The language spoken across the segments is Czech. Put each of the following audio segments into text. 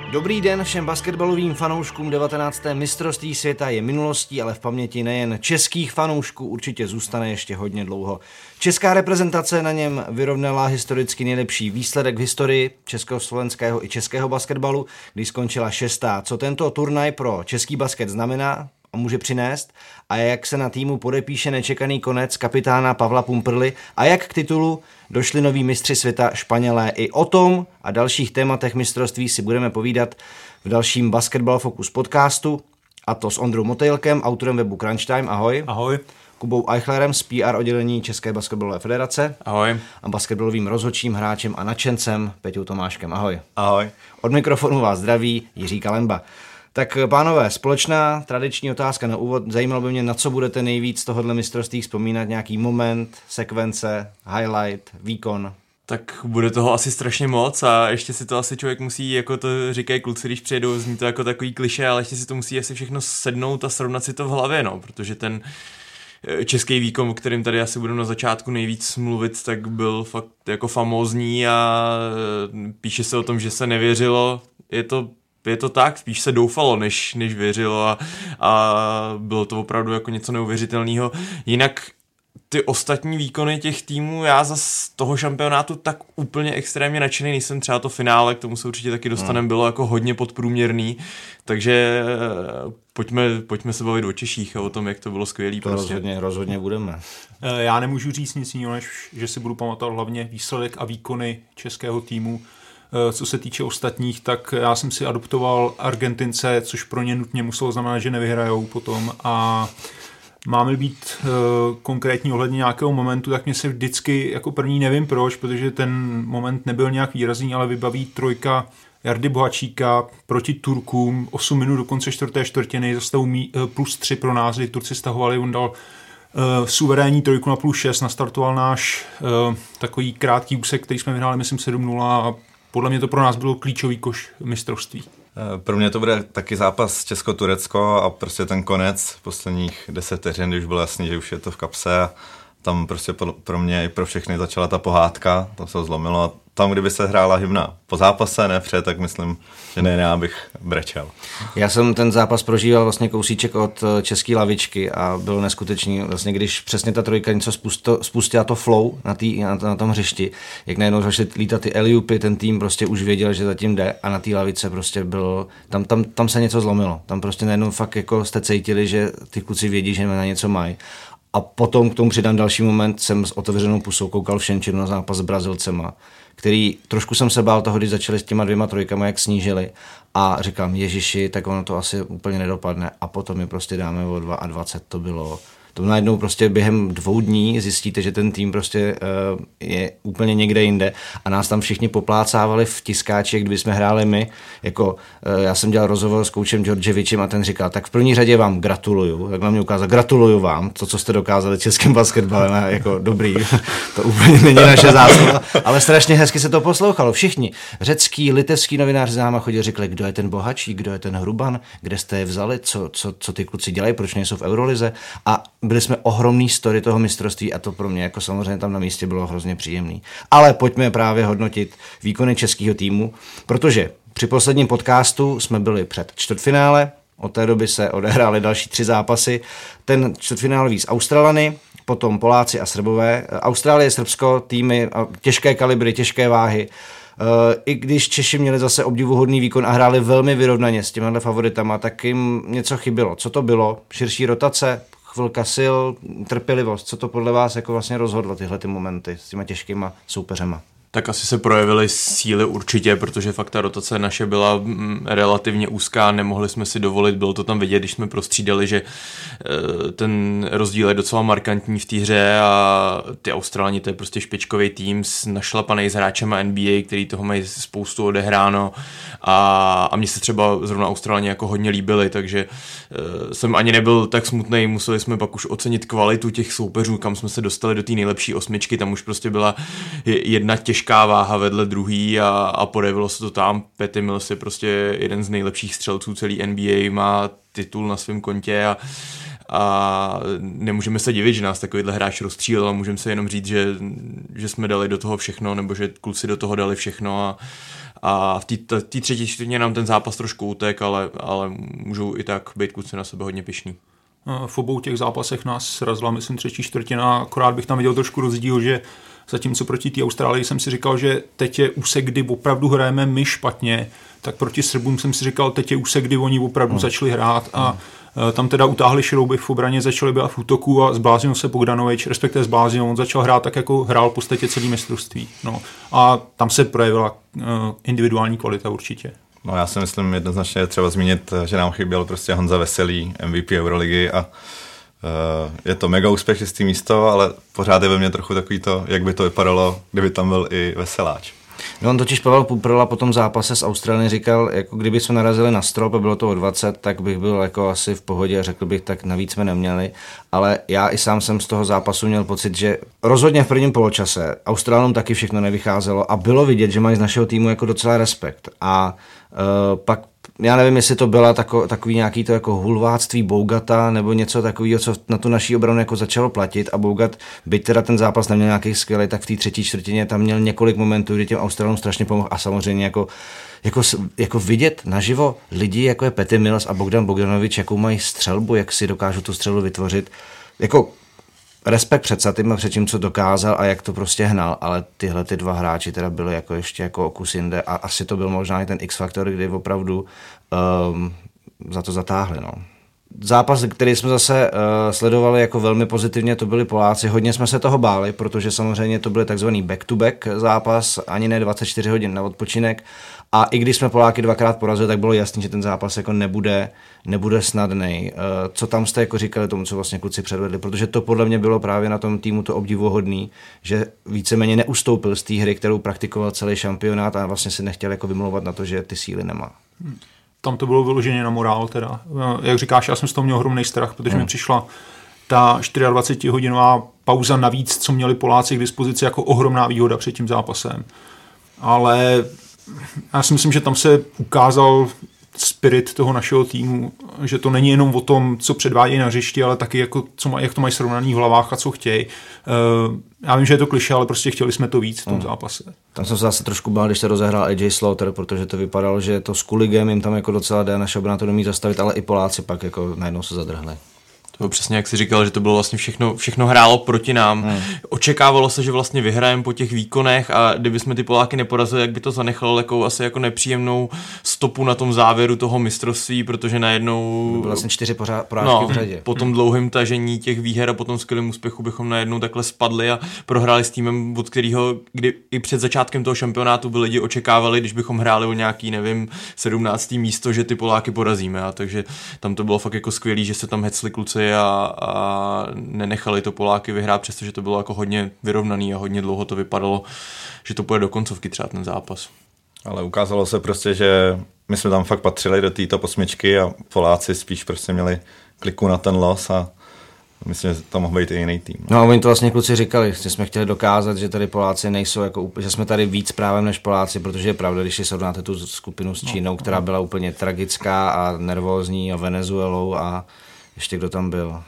Dobrý den všem basketbalovým fanouškům. 19. mistrovství světa je minulostí, ale v paměti nejen českých fanoušků určitě zůstane ještě hodně dlouho. Česká reprezentace na něm vyrovnala historicky nejlepší výsledek v historii československého i českého basketbalu, když skončila 6. Co tento turnaj pro český basket znamená a může přinést a jak se na týmu podepíše nečekaný konec kapitána Pavla Pumprly a jak k titulu došli noví mistři světa Španělé. I o tom a dalších tématech mistrovství si budeme povídat v dalším Basketball Focus podcastu, a to s Ondrou Motejlkem, autorem webu Crunch Time, ahoj. Ahoj. Kubou Eichlerem z PR oddělení České basketbalové federace. Ahoj. A basketbalovým rozhodčím, hráčem a nadšencem Peťou Tomáškem. Ahoj. Ahoj. Od mikrofonu vás zdraví Jiří Kalemba. Tak pánové, společná tradiční otázka na úvod. Zajímalo by mě, na co budete nejvíc tohohle mistrovství vzpomínat, nějaký moment, sekvence, highlight, výkon. Tak bude toho asi strašně moc a ještě si to asi člověk musí, jako to říkají kluci, když přijedou, zní to jako takový klišé, ale ještě si to musí asi všechno sednout a srovnat si to v hlavě, no, protože ten český výkon, o kterým tady asi budu na začátku nejvíc mluvit, tak byl fakt jako famózní a píše se o tom, že se nevěřilo, je to tak, spíš se doufalo, než věřilo a bylo to opravdu jako něco neuvěřitelného. Jinak ty ostatní výkony těch týmů, já z toho šampionátu tak úplně extrémně nadšený nejsem, třeba to finále, k tomu se určitě taky dostaneme, bylo jako hodně podprůměrný, takže pojďme se bavit o Češích a o tom, jak to bylo skvělý. To prostě. rozhodně budeme. Já nemůžu říct nic jiného, než že si budu pamatovat hlavně výsledek a výkony českého týmu. Co se týče ostatních, tak já jsem si adoptoval Argentince, což pro ně nutně muselo znamenat, že nevyhrajou potom, a máme být konkrétní ohledně nějakého momentu, tak mě se vždycky jako první, nevím proč, protože ten moment nebyl nějak výrazný, ale vybaví trojka Jardy Bohačíka proti Turkům, 8 minut do konce čtvrté čtvrtiny, za stavu +3 pro nás, kdy Turci stahovali, on dal suverénní trojku na +6, nastartoval náš takový krátký úsek, který jsme vyhráli, myslím, 7-0, a podle mě to pro nás bylo klíčový koš mistrovství. Pro mě to bude taky zápas Česko-Turecko a prostě ten konec posledních 10 vteřin, když bylo jasný, že už je to v kapse, a tam prostě pro mě i pro všechny začala ta pohádka, to se zlomilo, a tam, kdyby se hrála hymna po zápase, ne před, tak myslím, že ne, já bych brečel. Já jsem ten zápas prožíval vlastně kousíček od české lavičky a byl neskutečný, vlastně když přesně ta trojka něco spustila to flow na tom hřišti, jak najednou začaly lítat ty alley-oopy, ten tým prostě už věděl, že zatím jde, a na té lavice prostě bylo, tam se něco zlomilo, tam prostě najednou fakt jako jste cítili, že ty kluci vědí, že na něco mají. A potom k tomu přidám další moment, jsem s otevřenou pusou koukal v Šenčinu na zápas s Brazilcema, který trošku jsem se bál toho, když začali s těma 2 trojkama, jak snížili, a říkám, ježiši, tak ono to asi úplně nedopadne, a potom je prostě dáme o 22, to bylo najednou prostě během 2 dní zjistíte, že ten tým prostě je úplně někde jinde, a nás tam všichni poplácávali v tiskáči, kdyby jsme hráli my, jako já jsem dělal rozhovor s koučem Djordjevičem a ten říkal, tak v první řadě vám gratuluju, tak na mě ukázal, gratuluju vám, to, co jste dokázali českým basketbalem, jako dobrý, to úplně není naše zásluha, ale strašně hezky se to poslouchalo, všichni, řecký, litevský novináři za náma chodili, řekli, kdo je ten Bohačík, kdo je ten Hruban, kde jste je vzali, co ty kluci dělají, proč nejsou v Eurolize, a byli jsme ohromný story toho mistrovství, a to pro mě jako samozřejmě tam na místě bylo hrozně příjemný. Ale pojďme právě hodnotit výkony českého týmu, protože při posledním podcastu jsme byli před čtvrtfinále, od té doby se odehrály další 3 zápasy, ten čtvrtfinálový z Australany, potom Poláci a Srbové, Austrálie, Srbsko, týmy, těžké kalibry, těžké váhy. I když Češi měli zase obdivuhodný výkon a hráli velmi vyrovnaně s těmihle favoritama, tak jim něco chybělo. Co to bylo? Širší rotace, chvilka sil, trpělivost. Co to podle vás jako vlastně rozhodlo tyhle ty momenty s těma těžkýma soupeřema? Tak asi se projevily síly určitě, protože fakt ta rotace naše byla relativně úzká, nemohli jsme si dovolit, bylo to tam vidět, když jsme prostřídali, že ten rozdíl je docela markantní v té hře, a ty Australani, to je prostě špičkový tým našlapaný s hráčema NBA, který toho mají spoustu odehráno, a mně se třeba zrovna Australani jako hodně líbili, takže jsem ani nebyl tak smutnej, museli jsme pak už ocenit kvalitu těch soupeřů, kam jsme se dostali do té nejlepší 8, tam už prostě byla jedna těžká váha vedle druhý a projevilo se to tam. Patty Mills je prostě jeden z nejlepších střelců celý NBA, má titul na svém kontě a nemůžeme se divit, že nás takovýhle hráč rozstřílel, ale můžeme se jenom říct, že jsme dali do toho všechno, nebo že kluci do toho dali všechno a v té třetí čtvrtině nám ten zápas trošku utek, ale můžou i tak být kluci na sebe hodně pyšní. V obou těch zápasech nás srazila, myslím, třetí čtvrtina, akorát bych tam viděl trošku rozdíl, že zatímco proti té Austrálii jsem si říkal, že teď je úsek, kdy opravdu hrajeme my špatně, tak proti Srbům jsem si říkal, teď je úsek, kdy oni opravdu začali hrát a tam teda utáhli šrouby v obraně, začali být v útoku a zbláznil se Bogdanovič, respektive zbláznil, on začal hrát tak, jako hrál v podstatě celý mistrovství. No. A tam se projevila individuální kvalita určitě. No já si myslím jednoznačně třeba zmínit, že nám chyběl prostě Honza Veselý, MVP Euroligy a je to mega úspěch, čistý místo, ale pořád je ve mně trochu takový to, jak by to vypadalo, kdyby tam byl i Veseláč. No on totiž Pavel Puprla po tom zápase s Austrálií říkal, jako kdyby jsme narazili na strop a bylo to o 20, tak bych byl jako asi v pohodě a řekl bych, tak navíc jsme neměli, ale já i sám jsem z toho zápasu měl pocit, že rozhodně v prvním poločase Austrálům taky všechno nevycházelo a bylo vidět, že mají z našeho týmu jako docela respekt a pak já nevím, jestli to byla takový nějaký to jako hulváctví Bougata nebo něco takového, co na tu naší obranu jako začalo platit a Bougat, byť teda ten zápas neměl nějaký skvělý, tak v té třetí čtvrtině tam měl několik momentů, kdy těm Australům strašně pomohl a samozřejmě jako vidět naživo lidi, jako je Patty Mills a Bogdan Bogdanovič, jakou mají střelbu, jak si dokážou tu střelbu vytvořit, jako respekt před Satym a před tím, co dokázal a jak to prostě hnal, ale tyhle ty dva hráči teda byly jako ještě jako o kus jinde a asi to byl možná i ten X-faktor, kdy opravdu za to zatáhli. No. Zápas, který jsme zase sledovali jako velmi pozitivně, to byli Poláci. Hodně jsme se toho báli, protože samozřejmě to byl takzvaný back-to-back zápas, ani ne 24 hodin na odpočinek. A i když jsme Poláky dvakrát porazili, tak bylo jasný, že ten zápas jako nebude snadnej. Co tam jste jako říkali tomu, co vlastně kluci předvedli? Protože to podle mě bylo právě na tom týmu to obdivuhodný, že víceméně neustoupil z té hry, kterou praktikoval celý šampionát a vlastně si nechtěl jako vymlouvat na to, že ty síly nemá. Tam to bylo vyloženě na morál teda. Jak říkáš, já jsem z toho měl ohromný strach, protože mi přišla ta 24-hodinová pauza navíc, co měli Poláci k dispozici jako ohromná výhoda před tím zápasem. Ale já si myslím, že tam se ukázal spirit toho našeho týmu, že to není jenom o tom, co předvádějí na hřišti, ale taky jako, jak to mají srovnaný v hlavách a co chtějí. Já vím, že je to klišé, ale prostě chtěli jsme to víc v tom zápase. Tam jsem se zase trošku bál, když se rozehrál AJ Slaughter, protože to vypadalo, že to s Kuligem jim tam jako docela jde, naše obrana to nemí zastavit, ale i Poláci pak jako najednou se zadrhli. To přesně, jak jsi říkal, že to bylo vlastně všechno hrálo proti nám. Očekávalo se, že vlastně vyhrajeme po těch výkonech a kdyby jsme ty Poláky neporazili, jak by to zanechalo asi jako nepříjemnou stopu na tom závěru toho mistrovství, protože najednou... Bylo vlastně 4 porážky v řadě. Po tom dlouhém tažení těch výher a po tom skvělém úspěchu bychom najednou takhle spadli a prohráli s týmem, od kterého, kdy i před začátkem toho šampionátu by lidi očekávali, když bychom hráli o nějaký, 17. místo, že ty Poláky porazíme. A takže tam to bylo fakt jako skvělý, že se tam hecli kluci a nenechali to Poláky vyhrát, přestože to bylo jako hodně vyrovnaný a hodně dlouho to vypadalo, že to půjde do koncovky třeba ten zápas. Ale ukázalo se prostě, že my jsme tam fakt patřili do té top 8 a Poláci spíš prostě měli kliku na ten los a myslím, že to mohl být i jiný tým. No a oni to vlastně kluci říkali, že jsme chtěli dokázat, že tady Poláci nejsou jako, že jsme tady víc právem než Poláci, protože je pravda, když si srovnáte tu skupinu s Čínou, která byla úplně tragická a nervózní a Venezuelou a ještě kdo tam byl?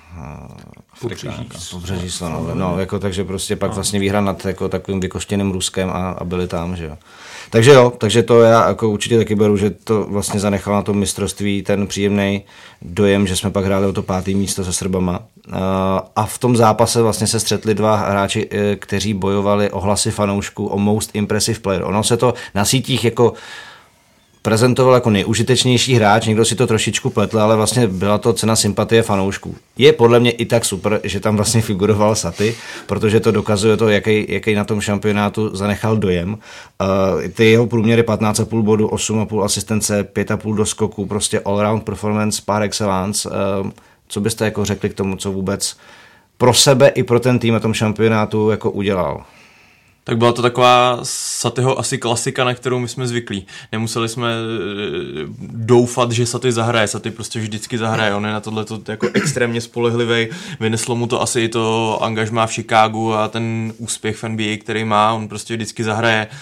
Pobřeží Slonoviny. No, jako, takže prostě pak vlastně výhra nad jako takovým vykoštěným Ruskem a byli tam, že jo. Takže to já jako určitě taky beru, že to vlastně zanechalo na tom mistrovství ten příjemný dojem, že jsme pak hráli o to 5. místo se Srbama. A v tom zápase vlastně se střetli dva hráči, kteří bojovali o hlasy fanoušků, o most impressive player. Ono se to na sítích jako prezentoval jako nejužitečnější hráč, někdo si to trošičku pletl, ale vlastně byla to cena sympatie fanoušků. Je podle mě i tak super, že tam vlastně figuroval Saty, protože to dokazuje to, jaký na tom šampionátu zanechal dojem. Ty jeho průměry 15,5 bodu, 8,5 asistence, 5,5 do skoku, prostě all-round performance par excellence. Co byste jako řekli k tomu, co vůbec pro sebe i pro ten tým na tom šampionátu jako udělal? Tak byla to taková Satyho asi klasika, na kterou my jsme zvyklí. Nemuseli jsme doufat, že Saty zahraje. Saty prostě vždycky zahraje. On je na tohleto jako extrémně spolehlivý. Vyneslo mu to asi i to angažmá v Chicagu a ten úspěch v NBA, který má. On prostě vždycky zahraje.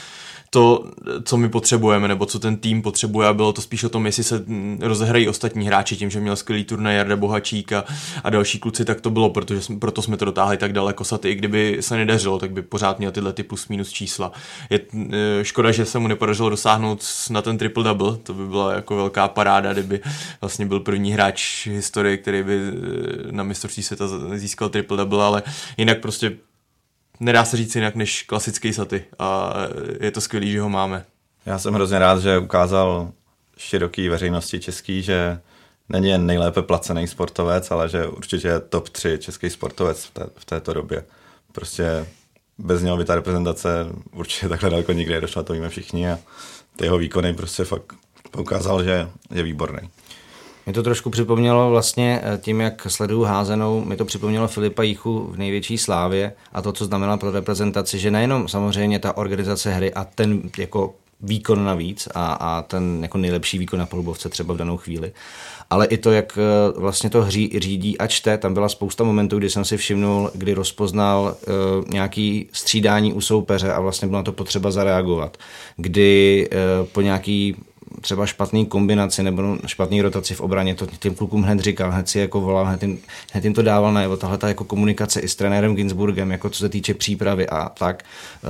to, co my potřebujeme, nebo co ten tým potřebuje, a bylo to spíš o tom, jestli se rozehrají ostatní hráči, tím, že měl skvělý turnaj Jarda Bohačík a další kluci, tak to bylo, proto jsme to dotáhli tak daleko. Saty, i kdyby se nedařilo, tak by pořád měl tyhle ty plus minus čísla. Je škoda, že se mu nepodařilo dosáhnout na ten triple-double, to by byla jako velká paráda, kdyby vlastně byl první hráč historie, který by na mistrovství světa získal triple-double, ale jinak prostě nedá se říct jinak než klasický Saty a je to skvělý, že ho máme. Já jsem hrozně rád, že ukázal široký veřejnosti český, že není jen nejlépe placený sportovec, ale že určitě je top 3 český sportovec v této době. Prostě bez něho by ta reprezentace určitě takhle daleko nikdy nedošla, to víme všichni, a ty jeho výkony prostě fakt ukázal, že je výborný. Mě to trošku připomnělo vlastně tím, jak sleduju házenou, mi to připomnělo Filipa Jíchu v největší slávě a to, co znamená pro reprezentaci, že nejenom samozřejmě ta organizace hry a ten jako výkon navíc a ten jako nejlepší výkon na polubovce třeba v danou chvíli, ale i to, jak vlastně to řídí a čte. Tam byla spousta momentů, kdy jsem si všimnul, kdy rozpoznal nějaký střídání u soupeře a vlastně bylo na to potřeba zareagovat. Kdy po nějaký třeba špatný kombinaci nebo špatný rotaci v obraně, to těm klukům hned říkal, hned si jako volal, hned jim to dával najevo, tahle ta jako komunikace i s trenérem Ginsburgem, jako co se týče přípravy a tak,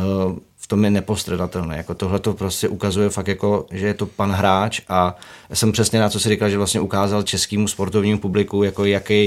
v tom je nepostradatelné. Jako tohle to prostě ukazuje fakt jako, že je to pan hráč a jsem přesně na co si říkal, že vlastně ukázal českému sportovnímu publiku, jako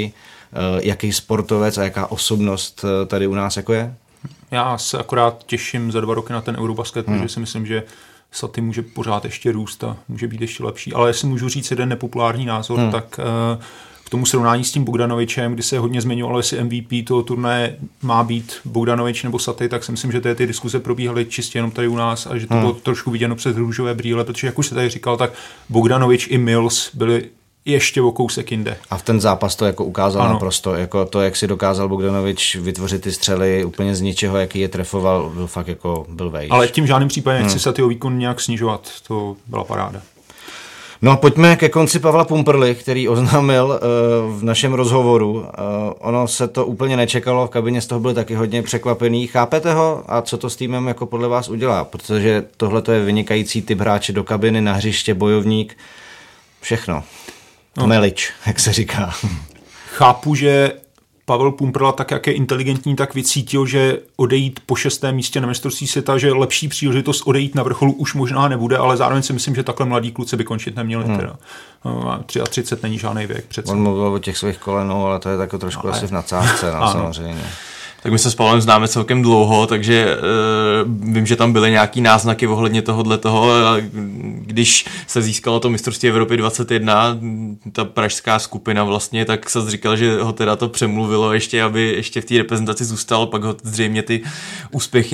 jaký sportovec a jaká osobnost tady u nás jako je. Já se akorát těším za 2 roky na ten Eurobasket, protože si myslím, že Saty může pořád ještě růst a může být ještě lepší. Ale jestli můžu říct jeden nepopulární názor, tak k tomu srovnání s tím Bogdanovičem, kdy se hodně zmiňovalo, jestli MVP toho turnaje má být Bogdanovič nebo Saty, tak si myslím, že ty diskuze probíhaly čistě jenom tady u nás a že to bylo trošku viděno přes růžové brýle, protože jak už se tady říkal, tak Bogdanovič i Mills byli ještě o kousek jinde. A v ten zápas to jako ukázal naprosto, jako to, jak si dokázal Bogdanovič vytvořit ty střely úplně z ničeho, jaký je trefoval, byl fakt jako byl vejš. Ale v tím žádným případě nechci Satyho výkon nějak snižovat, to byla paráda. No a pojďme ke konci Pavla Pumprly, který oznámil v našem rozhovoru. Ono se to úplně nečekalo, v kabině z toho byl taky hodně překvapený. Chápete ho a co to s týmem jako podle vás udělá? Protože tohle to je vynikající typ hráče do kabiny, na hřiště, bojovník, všechno. Melič, jak se říká. Chápu, že Pavel Pumprla, tak jak je inteligentní, tak vycítil, že odejít po 6. místě na mistrovství světa, že lepší příležitost odejít na vrcholu už možná nebude, ale zároveň si myslím, že takhle mladí kluci by končit neměli. Teda. 33 není žádný věk přece. On mluvil o těch svých kolenou, ale to je tak trošku asi v nadsázce, samozřejmě. Tak my se s Pavlem známe celkem dlouho, takže vím, že tam byly nějaký náznaky ohledně tohohletoho. Když se získalo to mistrovství Evropy 21, ta pražská skupina vlastně, tak se říkal, že ho teda to přemluvilo ještě, aby ještě v té reprezentaci zůstal, pak ho zřejmě ty úspěchy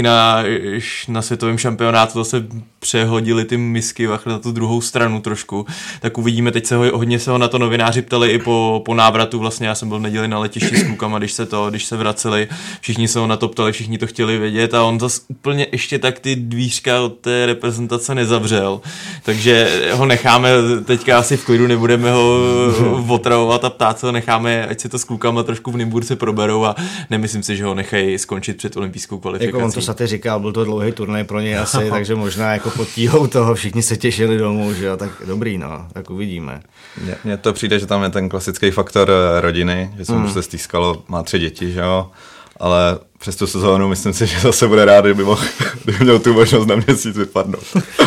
na světovém šampionátu zase přehodili ty misky na tu druhou stranu trošku. Tak uvidíme, teď hodně se ho na to novináři ptali i po návratu, vlastně já jsem byl v neděli na letišti s klukama, když se vraceli. Všichni se ho na to ptali, všichni to chtěli vědět a on zase úplně ještě tak ty dvířka od té reprezentace nezavřel. Takže ho necháme teďka asi v klidu, nebudeme ho otravovat a ptát se ho, necháme, ať si to s klukama trošku v Nymburce proberou a nemyslím si, že ho nechají skončit před olympijskou kvalifikací. Jako on to Saty říkal, byl to dlouhý turnaj pro něj asi, takže možná jako pod tíhou toho všichni se těšili domů, že jo, tak dobrý, no, tak uvidíme. Mně to přijde, že tam je ten klasický faktor rodiny, že se mu se stýskalo, má 3 děti, že jo. Ale přes tu sezónu myslím si, že zase bude rád, kdyby měl tu možnost na měsíc vypadnout.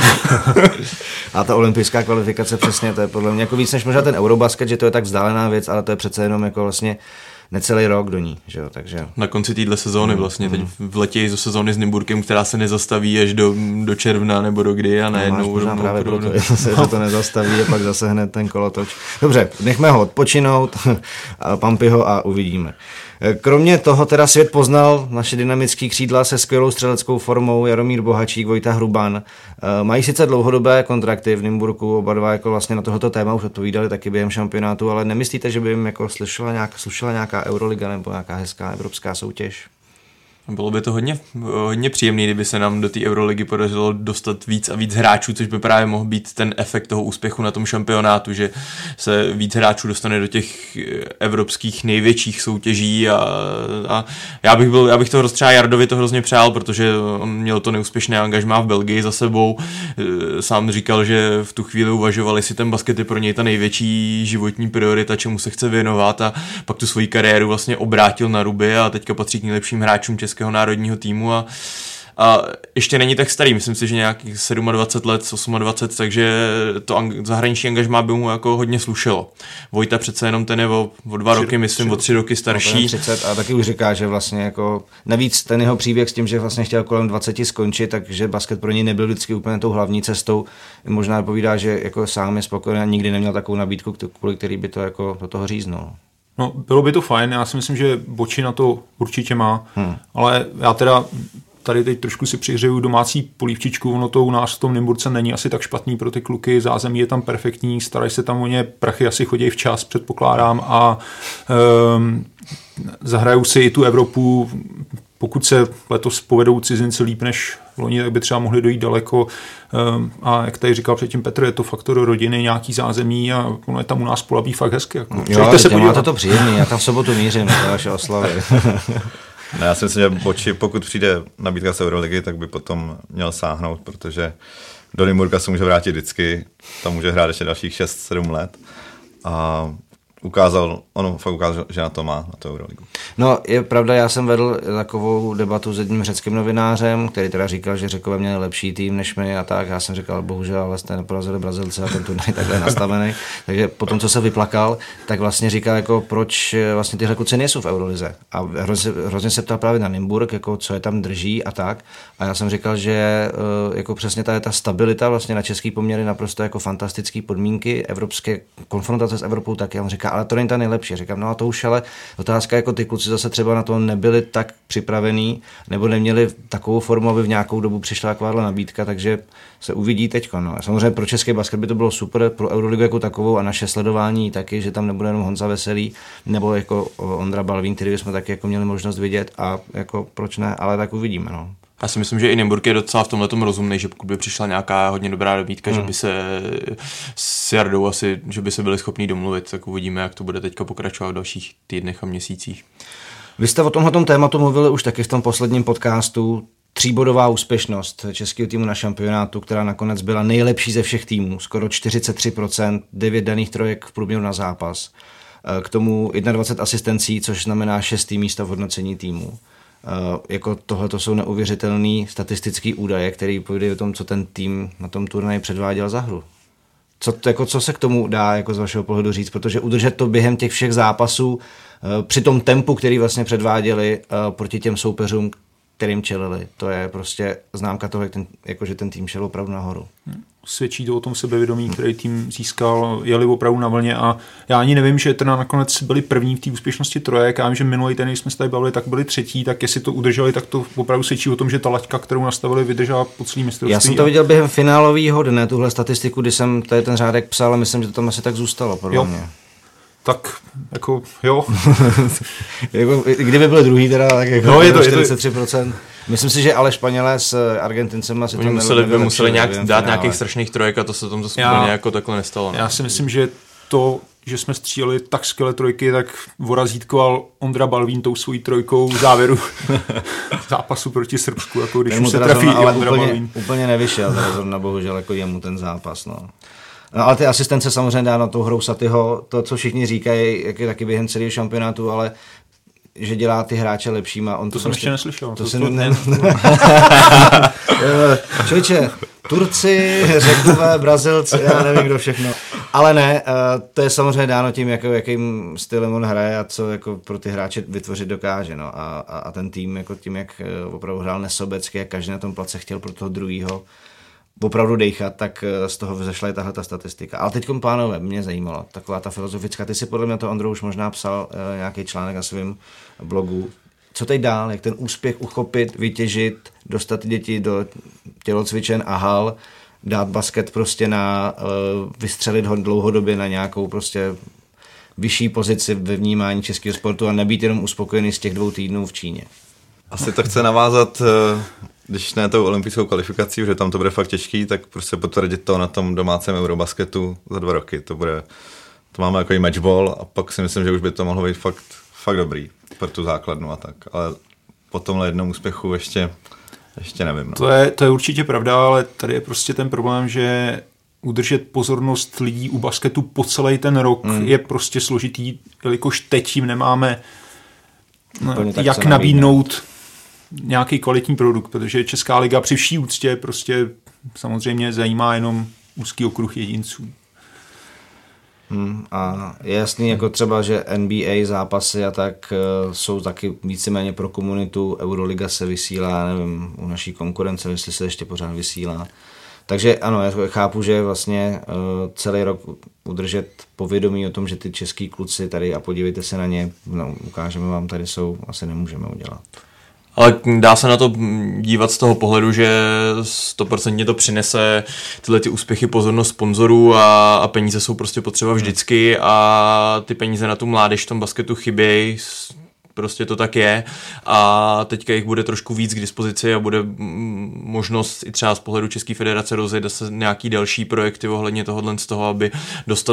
A ta olympijská kvalifikace přesně, to je podle mě jako víc než možná ten Eurobasket, že to je tak vzdálená věc, ale to je přece jenom jako vlastně necelý rok do ní, že jo, takže... Na konci téhle sezóny vlastně, teď v letě do sezóny s Nymburkem, která se nezastaví až do června nebo do kdy a najednou... Možná právě proto, že to nezastaví a pak zase hned ten kolotoč. Dobře, nechme ho odpočinout, Pampyho a uvidíme. Kromě toho teda svět poznal naše dynamický křídla se skvělou střeleckou formou Jaromír Bohačík, Vojta Hruban. Mají sice dlouhodobé kontrakty v Nymburku, oba dva jako vlastně na tohoto téma už odpovídali taky během šampionátu, ale nemyslíte, že by jim jako slušela nějaká Euroliga nebo nějaká hezká evropská soutěž? Bylo by to hodně příjemný, kdyby se nám do té Euroligy podařilo dostat víc a víc hráčů, což by právě mohl být ten efekt toho úspěchu na tom šampionátu, že se víc hráčů dostane do těch evropských největších soutěží a já bych toho třeba Jardovi to hrozně přál, protože on měl to neúspěšné angažmá v Belgii za sebou. Sám říkal, že v tu chvíli uvažoval, jestli ten basket je pro něj ta největší životní priorita, čemu se chce věnovat, a pak tu svoji kariéru vlastně obrátil na ruby a teďka patří k nejlepším hráčům českého národního týmu a ještě není tak starý, myslím si, že nějakých 27 let, 28, takže to zahraniční angažmá by mu jako hodně slušelo. Vojta přece jenom ten je o 2 roky, myslím, o 3 roky starší. 30 a taky už říká, že vlastně jako navíc ten jeho příběh s tím, že vlastně chtěl kolem 20 skončit, takže basket pro něj nebyl vždycky úplně tou hlavní cestou. Možná povídá, že jako sám je spokojený a nikdy neměl takovou nabídku, kvůli který by to jako do toho říznul. No, bylo by to fajn, já si myslím, že Boči na to určitě má, ale já teda tady teď trošku si přihřeju domácí polívčičku, ono to u nás v tom Nymburce není asi tak špatný pro ty kluky, zázemí je tam perfektní, starají se tam o ně, prachy asi chodí včas, předpokládám, a zahrajou si i tu Evropu. Pokud se letos povedou cizinci líp než loni, tak by třeba mohli dojít daleko. A jak tady říkal předtím Petr, je to faktor rodiny, nějaký zázemí a ono je tam u nás Polabí fakt hezky. Jako. Jo, se máte to příjemný, já tam v sobotu mířím na vaše oslavy. No, já si myslím, že Boči, pokud přijde nabídka z Euroligy, tak by potom měl sáhnout, protože do Nymburka se může vrátit vždycky, tam může hrát ještě dalších 6-7 let a fakt ukázal, že na to má, na to Euroligu. No, je pravda, já jsem vedl takovou debatu s jedním řeckým novinářem, který teda říkal, že Řekové měli lepší tým než my a tak. Já jsem říkal, bohužel, ale jste neporazili Brazilce a ten turnaj takhle je nastavený. Takže potom, co se vyplakal, tak vlastně říkal, jako proč vlastně tyhle kluci nejsou v Eurolize. A hrozně se ptal právě na Nymburk, jako co je tam drží a tak. A já jsem říkal, že jako přesně ta stabilita vlastně na český poměry naprosto jako fantastické podmínky, evropské konfrontace s Evropou taky. On říká, ale to není ta nejlepší. Říkám, no a to už ale otázka, jako ty kluci zase třeba na to nebyli tak připravení, nebo neměli takovou formu, aby v nějakou dobu přišla takováhle nabídka, takže se uvidí teďko. No. Samozřejmě pro český basket by to bylo super, pro Euroligu jako takovou a naše sledování taky, že tam nebude jenom Honza Veselý, nebo jako Ondra Balvín, který jsme taky jako měli možnost vidět a jako proč ne, ale tak uvidíme. No. Já si myslím, že i Nymburk je docela v tomhletom rozumnej, že pokud by přišla nějaká hodně dobrá nabídka, že by se s Jardou asi, že by se byli schopní domluvit, tak uvidíme, jak to bude teďka pokračovat v dalších týdnech a měsících. Vy jste o tomhletom tématu mluvili už taky v tom posledním podcastu. 3bodová úspěšnost českého týmu na šampionátu, která nakonec byla nejlepší ze všech týmů, skoro 43%, 9 daných trojek v průměru na zápas. K tomu 21 asistencí, což znamená 6. místo v hodnocení týmu. Jako tohle to jsou neuvěřitelné statistické údaje, které povídají o tom, co ten tým na tom turnaji předváděl za hru. Co se k tomu dá jako z vašeho pohledu říct, protože udržet to během těch všech zápasů při tom tempu, který vlastně předváděli proti těm soupeřům, kterým čelili, to je prostě známka toho, že ten tým šel opravdu nahoru. Svědčí to o tom sebevědomí, který tým získal, jeli opravdu na vlně a já ani nevím, že teda nakonec byli první v té úspěšnosti trojek, já vím, že minulý ten, když jsme se tady bavili, tak byli třetí, tak jestli to udrželi, tak to opravdu svědčí o tom, že ta laťka, kterou nastavili, vydržela po celý mistrovství. Já jsem to viděl během finálového dne, tuhle statistiku, kdy jsem tady ten řádek psal a myslím, že to tam asi tak zůstalo, podle mě. Tak jako jo. Kdyby byl druhý teda, tak jako no, je to 43%. Myslím si, že ale Španělé s Argentincema si to museli nějak dát nějakých strašných trojek a to se tam zase jako takhle nestalo. Já si myslím, že to, že jsme stříleli tak skvělé trojky, tak vorazítkoval Ondra Balvín tou svojí trojkou v závěru zápasu proti Srbsku, jako když už se trafí ale úplně nevyšel, teda zrovna bohužel jako jemu ten zápas. No, ale ty asistence samozřejmě dá na tou hrou Satyho, to, co všichni říkají, jak je taky během celého šampionátu, ale že dělá ty hráče lepšíma. To jsem ještě neslyšel. Člověče, Turci, Řekové, Brazilci, já nevím, kdo všechno. Ale ne, to je samozřejmě dáno tím, jakým stylem on hraje a co jako pro ty hráče vytvořit dokáže. No. A ten tým jako tím, jak opravdu hrál nesobecky, jak každý na tom place chtěl pro toho druhýho opravdu dejchat, tak z toho vzešla i tahle ta statistika. Ale teď, pánové, mě zajímalo, taková ta filozofická, ty si podle mě to, Ondro, už možná psal nějaký článek na svém blogu. Co teď dál, jak ten úspěch uchopit, vytěžit, dostat děti do tělocvičen a hal, dát basket prostě vystřelit ho dlouhodobě na nějakou prostě vyšší pozici ve vnímání českého sportu a nebýt jenom uspokojený z těch 2 týdnů v Číně. Asi to chce navázat, když ne tou olympijskou kvalifikací, že tam to bude fakt těžký, tak prostě potvrdit to na tom domácím Eurobasketu za 2 roky. To máme jako i matchball a pak si myslím, že už by to mohlo být fakt dobrý pro tu základnu a tak. Ale po tomhle jednom úspěchu ještě nevím. No. To je určitě pravda, ale tady je prostě ten problém, že udržet pozornost lidí u basketu po celý ten rok je prostě složitý, jelikož teď jim nemáme jak nabídnout nějaký kvalitní produkt, protože Česká liga při vší úctě prostě samozřejmě zajímá jenom úzký okruh jedinců. A je jasný, jako třeba, že NBA zápasy a tak jsou taky víceméně pro komunitu, Euroliga se vysílá, nevím, u naší konkurence, jestli se ještě pořád vysílá. Takže ano, já chápu, že vlastně celý rok udržet povědomí o tom, že ty český kluci tady a podívejte se na ně, ukážeme vám, tady jsou, asi nemůžeme udělat. Ale dá se na to dívat z toho pohledu, že 100% to přinese tyhle ty úspěchy, pozornost sponzorů a peníze jsou prostě potřeba vždycky a ty peníze na tu mládež v tom basketu chybějí. Prostě to tak je a teďka jich bude trošku víc k dispozici a bude možnost i třeba z pohledu České federace rozjet se nějaký další projekty ohledně tohohle z toho, aby dostat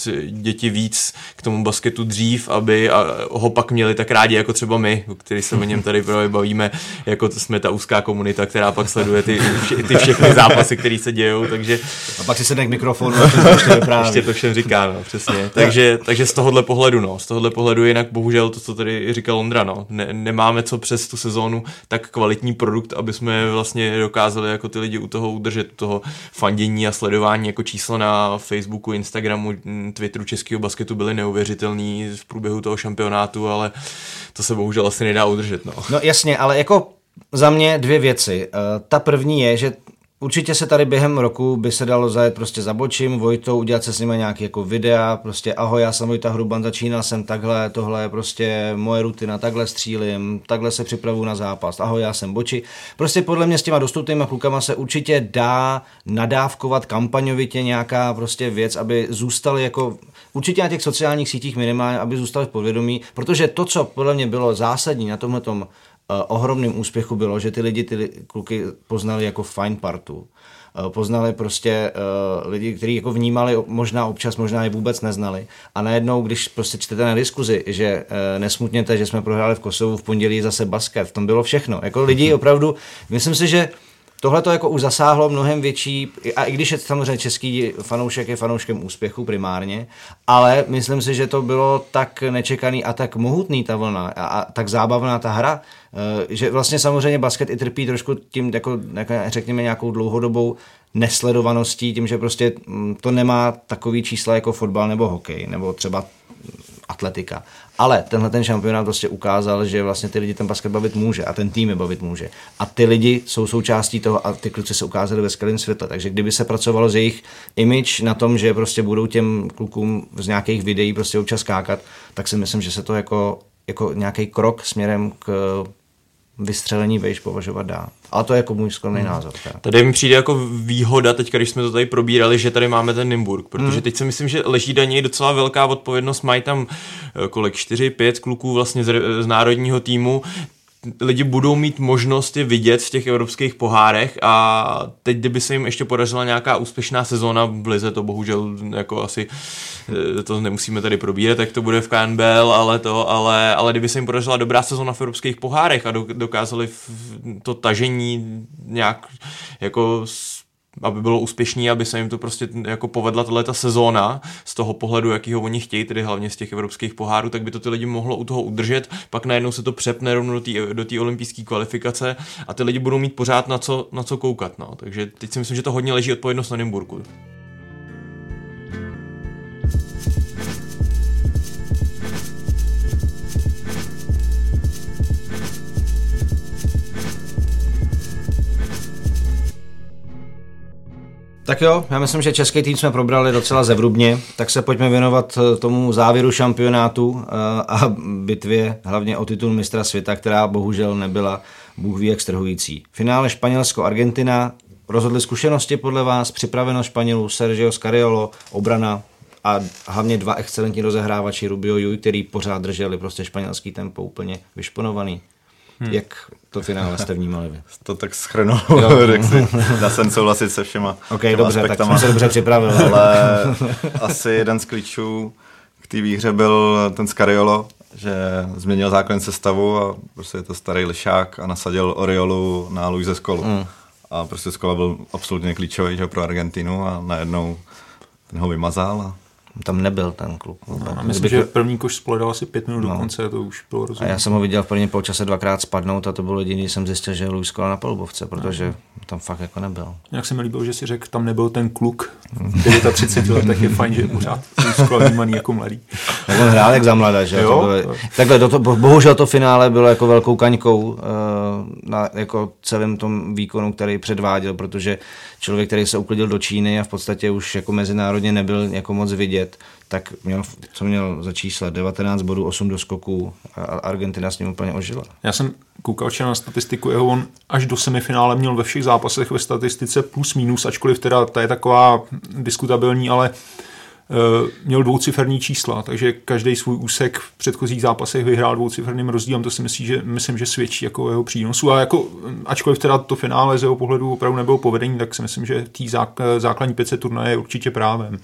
děti víc k tomu basketu dřív, aby ho pak měli tak rádi jako třeba my, který se o něm tady právě bavíme, jako jsme ta úzká komunita, která pak sleduje ty všechny zápasy, které se dějou, takže... A pak si sedne k mikrofonu a to ještě vypráví. Ještě to všem říká, no, přesně. Takže z tohohle pohledu jinak bohužel to, co tady říkal Ondra, no. Nemáme co přes tu sezónu tak kvalitní produkt, aby jsme vlastně dokázali jako ty lidi u toho udržet, u toho fandění a sledování, jako čísla na Facebooku, Instagramu, Twitteru českého basketu byly neuvěřitelný v průběhu toho šampionátu, ale to se bohužel asi nedá udržet, no. No jasně, ale jako za mě 2 věci. Ta první je, že určitě se tady během roku by se dalo zajet prostě za Bočím, Vojtou, udělat se s nimi nějaký jako videa, prostě ahoj, já jsem Vojta Hruban, začínal jsem takhle, tohle je prostě moje rutina, takhle střílím, takhle se připravuju na zápas, ahoj, já jsem Boči. Prostě podle mě s těma dostupnýma klukama se určitě dá nadávkovat kampaňovitě nějaká prostě věc, aby zůstali jako, určitě na těch sociálních sítích minimálně, aby zůstali v povědomí, protože to, co podle mě bylo zásadní na tomhletom ohromným úspěchu bylo, že ty kluky poznali jako fajn partu. Poznali prostě lidi, kteří jako vnímali možná občas, možná je vůbec neznali. A najednou, když prostě čtete na diskuzi, že nesmutněte, že jsme prohráli v Kosovu, v pondělí zase basket, v tom bylo všechno. Jako lidi opravdu, myslím si, že tohle to jako už zasáhlo mnohem větší, a i když je samozřejmě český fanoušek je fanouškem úspěchu primárně, ale myslím si, že to bylo tak nečekaný a tak mohutný ta vlna a tak zábavná ta hra, že vlastně samozřejmě basket i trpí trošku tím, jako řekněme nějakou dlouhodobou nesledovaností, tím, že prostě to nemá takový čísla jako fotbal nebo hokej, nebo třeba atletika. Ale tenhle ten šampionát prostě ukázal, že vlastně ty lidi ten basket bavit může a ten tým je bavit může. A ty lidi jsou součástí toho a ty kluci se ukázali ve skvělém světle. Takže kdyby se pracovalo z jejich image na tom, že prostě budou těm klukům z nějakých videí prostě občas skákat, tak si myslím, že se to jako nějaký krok směrem k vystřelení vejš považovat dá. Ale to je jako můj skromný názor. Tady mi přijde jako výhoda, teďka, když jsme to tady probírali, že tady máme ten Nymburk, protože teď si myslím, že leží na něj docela velká odpovědnost, mají tam kolik 4-5 kluků vlastně z národního týmu, lidi budou mít možnost je vidět v těch evropských pohárech a teď, kdyby se jim ještě podařila nějaká úspěšná sezóna v lize, to bohužel jako asi to nemusíme tady probírat, jak to bude v KNBL, ale kdyby se jim podařila dobrá sezóna v evropských pohárech a dokázali to tažení nějak jako aby bylo úspěšný, aby se jim to prostě jako povedla tato sezóna z toho pohledu, jakýho oni chtějí, tedy hlavně z těch evropských pohárů, tak by to ty lidi mohlo u toho udržet, pak najednou se to přepne rovnou do té olympijské kvalifikace a ty lidi budou mít pořád na co koukat. No. Takže teď si myslím, že to hodně leží odpovědnost na Nymburku. Tak jo, já myslím, že český tým jsme probrali docela zevrubně, tak se pojďme věnovat tomu závěru šampionátu a bitvě hlavně o titul mistra světa, která bohužel nebyla bůh ví jak strhující. Finále Španělsko-Argentina, rozhodly zkušenosti podle vás, připravenost Španělů, Sergio Scariolo, obrana a hlavně 2 excelentní rozehrávači Rubio Juj, který pořád drželi prostě španělský tempo úplně vyšponovaný. Jak to finále jste vnímali vy? To tak schrnul, dá jsem souhlasit se všema dobře, aspektama. Tak jsem se dobře připravil. Ale asi jeden z klíčů k té výhře byl ten Scariolo, že změnil základní sestavu a prostě je to starý lišák a nasadil Oriolu na Luise Scolu. A prostě Scola byl absolutně klíčový, že, pro Argentinu a najednou ten ho vymazal. A tam nebyl ten klub. Myslím, že první koš spoledal asi 5 minut do konce, to už bylo rozumné. A já jsem ho viděl v prvním poločase 2krát spadnout a to bylo jediný, jsem zjistil, že je Luis Scola na palubovce, protože tam fakt jako nebyl. Jak se mi líbilo, že si řekl, tam nebyl ten kluk v 39 letech, je fajn, že je pořád Luis Scola vnímaný jako mladý. Tak on hrál jak za mladá, že? Takhle, bohužel to finále bylo jako velkou kaňkou na jako celém tom výkonu, který předváděl, protože člověk, který se uklidil do Číny a v podstatě už jako mezinárodně nebyl jako moc vidět, tak měl za čísla 19 bodů, 8 doskoků a Argentina s ním úplně ožila. Já jsem koukal na statistiku jeho, on až do semifinále měl ve všech zápasech ve statistice plus minus, ačkoliv teda ta je taková diskutabilní, ale měl dvouciferní čísla, takže každý svůj úsek v předchozích zápasech vyhrál dvouciferným rozdílem, to si myslím, že svědčí jako jeho přínosu. A jako, ačkoliv teda to finále z jeho pohledu opravdu nebylo povedení, tak si myslím, že tý základní 500 turnaje je určitě právem.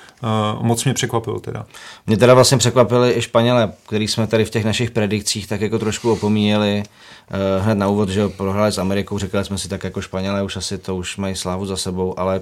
Moc mě překvapil teda. Mě teda vlastně překvapili i Španělé, který jsme tady v těch našich predikcích tak jako trošku opomíjeli hned na úvod, že prohráli s Amerikou, říkali jsme si tak jako Španělé už asi to už mají slávu za sebou, ale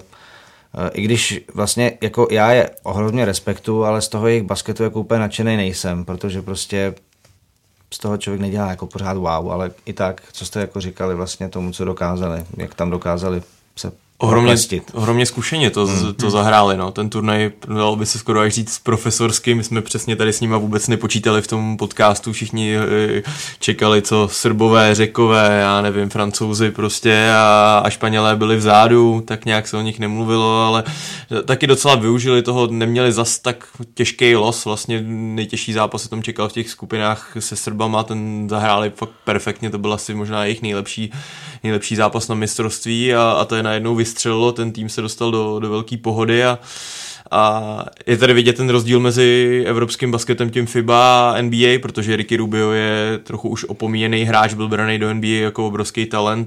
i když vlastně jako já je ohromně respektuju, ale z toho jejich basketu jako úplně nadšenej nejsem, protože prostě z toho člověk nedělá jako pořád wow, ale i tak, co jste jako říkali vlastně tomu, co dokázali, jak tam dokázali se Ohromně zkušeně to zahráli, no. Ten turnaj, dalo by se skoro až říct profesorský, my jsme přesně tady s nima vůbec nepočítali v tom podcastu, všichni čekali, co Srbové, Řekové, já nevím, Francouzi prostě a Španělé byli vzadu, tak nějak se o nich nemluvilo, ale taky docela využili toho, neměli zas tak těžký los, vlastně nejtěžší zápas se tam čekal v těch skupinách se Srbama, ten zahráli fakt perfektně, to byl asi možná jejich nejlepší zápas na mistrovství a to je najednou vystřelilo, ten tým se dostal do velké pohody a je tady vidět ten rozdíl mezi evropským basketem, tím FIBA a NBA, protože Ricky Rubio je trochu už opomíjený hráč, byl braný do NBA jako obrovský talent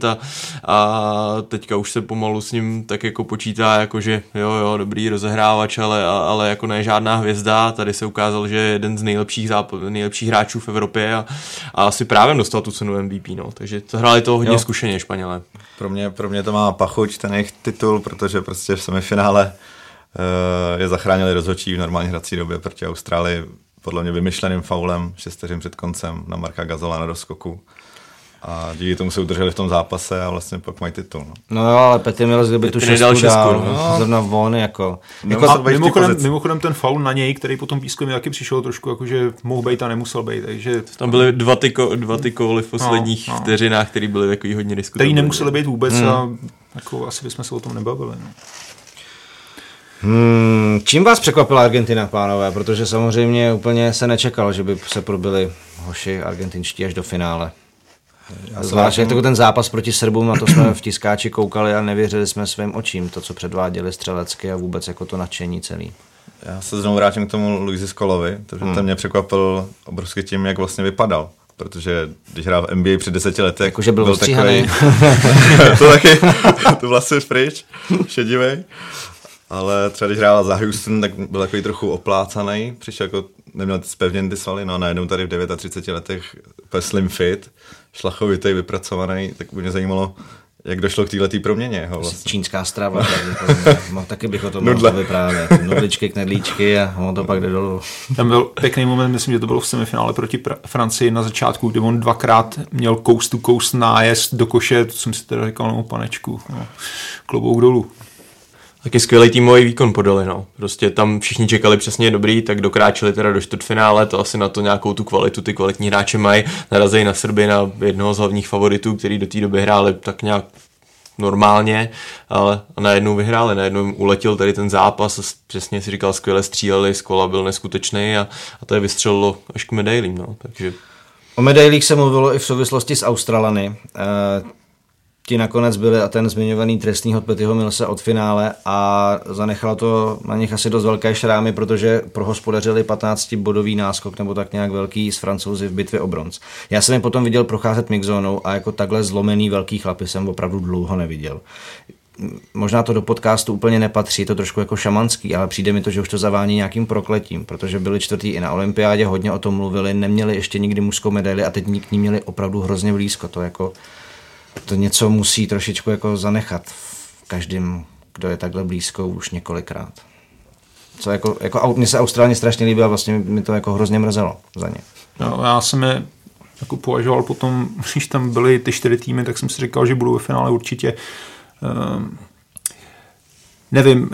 a teďka už se pomalu s ním tak jako počítá, jako že jo, dobrý rozehrávač, ale jako ne žádná hvězda. Tady se ukázal, že je jeden z nejlepších hráčů v Evropě a asi právě dostal tu cenu MVP, no. Takže to hráli to hodně zkušeně Španělé. Pro mě to má pachuť, ten jejich titul, protože prostě v semifinále je zachránili rozhodčí v normální hrací době proti Austrálii podle mě vymyšleným faulem 6 vteřin před koncem na Marka Gasola na doskoku. A díky tomu se udrželi v tom zápase a vlastně pak mají titul. No jo, ale Petr měl kdyby tu šestku dál, zrovna von jako mimochodem ten faul na něj, který potom písku mi taky přišel trošku, jakože mohl být a nemusel být, takže... Tam byly dva ty góly v posledních vteřinách, které byly takový hodně diskutabilní. Který nemuseli být vůbec a jako asi bychom se o tom nebavili. No. Čím vás překvapila Argentina, pánové? Protože samozřejmě úplně se nečekalo, že by se probili hoši argentinští až do finále. Zvlášť jak ten zápas proti Srbům, na to jsme v tiskáči koukali a nevěřili jsme svým očím, to, co předváděli střelecky a vůbec jako to nadšení celý. Já se znovu vrátím k tomu Luisi Scolovi, protože ten mě překvapil obrovský tím, jak vlastně vypadal. Protože když hrál v NBA před 10 lety, jakože byl ostříhaný. To taky, to vlastně pryč, šedivej. Ale třeba když hrál za Houston, tak byl takový trochu oplácaný, přišel jako, neměl zpevněn ty svaly, no a najednou tady v 39 letech slim fit, šlachovitý, vypracovaný, tak by mě zajímalo, jak došlo k této proměně. Vlastně. Čínská strava, taky bych o tom mohl vyprávět. Nudličky, knedlíčky a ono to pak jde dolů. Tam byl pěkný moment, myslím, že to bylo v semifinále proti Francii na začátku, kdy on dvakrát měl coast to coast nájezd do koše, to jsem si teda říkal, no panečku, no, klobouk dolů. Taky skvělý týmový výkon podali, no. Prostě tam všichni čekali přesně dobrý, tak dokráčeli teda do čtvrtfinále, to asi na to nějakou tu kvalitu, ty kvalitní hráče mají, narazí na Srby, na jednoho z hlavních favoritů, který do té doby hráli tak nějak normálně, ale najednou vyhráli, najednou uletěl tady ten zápas a přesně si říkal, skvěle stříleli, Scola byl neskutečný a to je vystřelilo až k medailím, no. Takže... O medailích se mluvilo i v souvislosti s Australany. ti nakonec byli a ten zmiňovaný trestný hod Pettyho Millse od finále a zanechalo to na nich asi dost velké šrámy, protože prohospodařili 15-bodový náskok nebo tak nějak velký s Francouzi v bitvě o bronz. Já jsem je potom viděl procházet mixzónou a jako takhle zlomený velký chlapy jsem opravdu dlouho neviděl. Možná to do podcastu úplně nepatří, je to trošku jako šamanský, ale přijde mi to, že už to zavání nějakým prokletím, protože byli čtvrtý i na olympiádě, hodně o tom mluvili, neměli ještě nikdy mužskou medaili a teď k ní měli opravdu hrozně blízko. To něco musí trošičku jako zanechat v každém, kdo je takhle blízko už několikrát. Co jako mně se Austrálie strašně líbí a vlastně mi to jako hrozně mrzelo za ně. No, já jsem je jako považoval potom, když tam byly ty 4 týmy, tak jsem si říkal, že budou ve finále určitě. Nevím,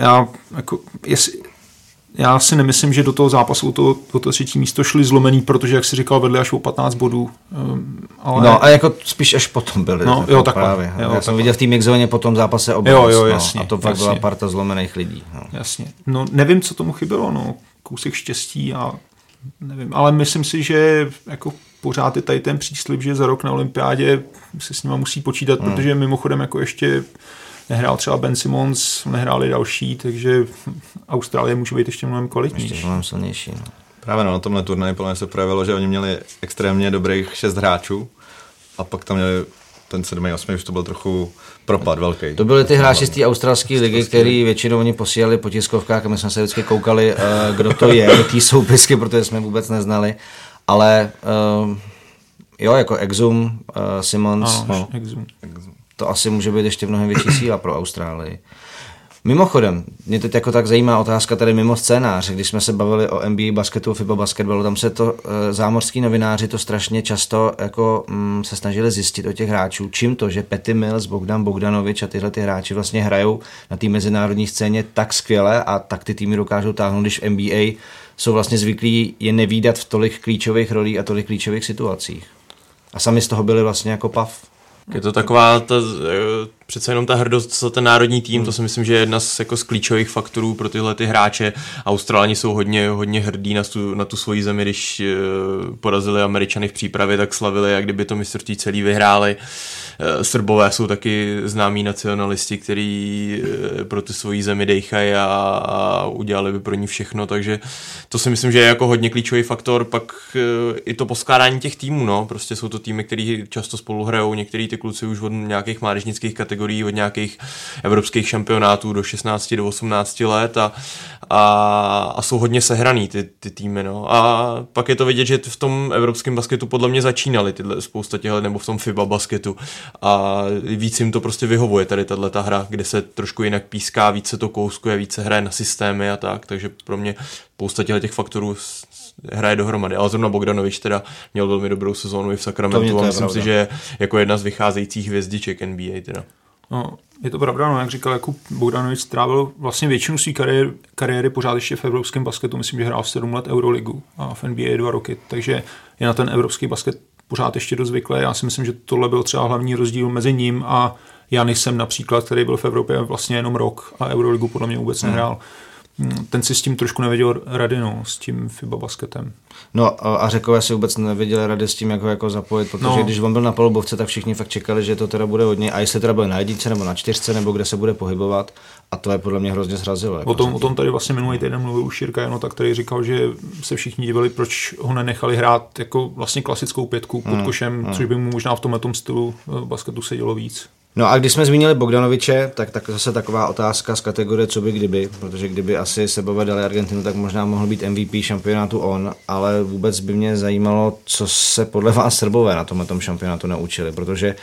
já si nemyslím, že do toho zápasu to 3. místo šli zlomený, protože, jak jsi říkal, vedli až o 15 bodů. Ale... No a jako spíš až potom byli. No, jo, takhle. Právě. Já jsem viděl v té mixzóně po tom zápase obraz. Jo, jasně, a to fakt byla parta zlomených lidí. No. Jasně. No nevím, co tomu chybělo, no. Kousek štěstí a nevím, ale myslím si, že jako pořád je tady ten příslib, že za rok na olympiádě se s nima musí počítat, protože mimochodem jako ještě nehrál třeba Ben Simmons, nehráli další, takže Austrálie může být ještě mnohem kvalitnější. Ještě mnohem silnější. No. Právě na tomhle turnaji plně se projevilo, že oni měli extrémně dobrých 6 hráčů a pak tam měli ten 7. 8. už to byl trochu propad velký. To byly ty hráči z té australské ligy, který většinou oni posílali po tiskovkách a my jsme se vždycky koukali, kdo to je, do té soupisky, protože jsme vůbec neznali. Ale jo, jako Exum, Simmons, Exum. To asi může být ještě mnohem větší síla pro Austrálii. Mimochodem, mě teď jako tak zajímá otázka tady mimo scénář, když jsme se bavili o NBA basketu, FIBA basketbalu, tam se to zámořský novináři to strašně často jako se snažili zjistit o těch hráčů, čím to, že Patty Mills, Bogdan Bogdanovič a tyhle ty hráči vlastně hrajou na té mezinárodní scéně tak skvěle a tak ty týmy dokážou táhnout, když v NBA jsou vlastně zvyklí je nevídat v tolik klíčových rolí a tolik klíčových situacích. A sami z toho byli vlastně jako pav. Je to taková přece jenom ta hrdost za ten národní tým, to si myslím, že je jedna z klíčových faktorů pro tyhle ty hráče. Australani jsou hodně hrdí na tu svoji zemi, když porazili Američany v přípravě, tak slavili, jak kdyby to mistrovství celý vyhráli. Srbové jsou taky známí nacionalisti, kteří pro tu svoji zemi dejchají a udělali by pro ní všechno, takže to si myslím, že je jako hodně klíčový faktor. Pak i to poskládání těch týmů, no, prostě jsou to týmy, který často spolu hrajou, některý ty kluci už od nějakých mládežnických kategorií, od nějakých evropských šampionátů do 16, do 18 let a jsou hodně sehraný ty týmy, no. A pak je to vidět, že v tom evropském basketu podle mě začínali spousta těchto, nebo v tom FIBA basketu a víc jim to prostě vyhovuje tady tato hra, kde se trošku jinak píská, víc se to kouskuje, víc se hraje na systémy a tak, takže pro mě spousta těch faktorů hraje dohromady. Ale zrovna Bogdanovič teda měl velmi dobrou sezónu i v Sacramentu a myslím si, že je jako jedna z vycházejících hvězdiček NBA teda. No, je to pravda, no, jak říkal Jakub, Bogdanovič strávil vlastně většinu své kariéry pořád ještě v evropském basketu, myslím, že hrál 7 let Euroligu a v NBA 2 roky, takže je na ten evropský basket pořád ještě dost zvyklý. Já si myslím, že tohle byl třeba hlavní rozdíl mezi ním a Janisem například, který byl v Evropě vlastně jenom rok a Euroligu podle mě vůbec nehrál. Ten si s tím trošku nevěděl rady, no, s tím FIBA basketem. No a Řekové si vůbec nevěděli rady s tím, jak ho jako zapojit, protože když on byl na palubovce, tak všichni fakt čekali, že to teda bude hodně, a jestli teda byl na 1 nebo na 4 nebo kde se bude pohybovat, a to je podle mě hrozně srazilo. Jako o tom tady vlastně minulý týden mluvil už Jirka Janota, který říkal, že se všichni divili, proč ho nenechali hrát jako vlastně klasickou 5 pod košem, což by mu možná v tomhletom stylu basketu sedělo víc. No a když jsme zmínili Bogdanoviče, tak zase taková otázka z kategorie co by kdyby, protože kdyby asi Sebové dali Argentinu, tak možná mohl být MVP šampionátu on, ale vůbec by mě zajímalo, co se podle vás Srbové na tomhle šampionátu naučili, protože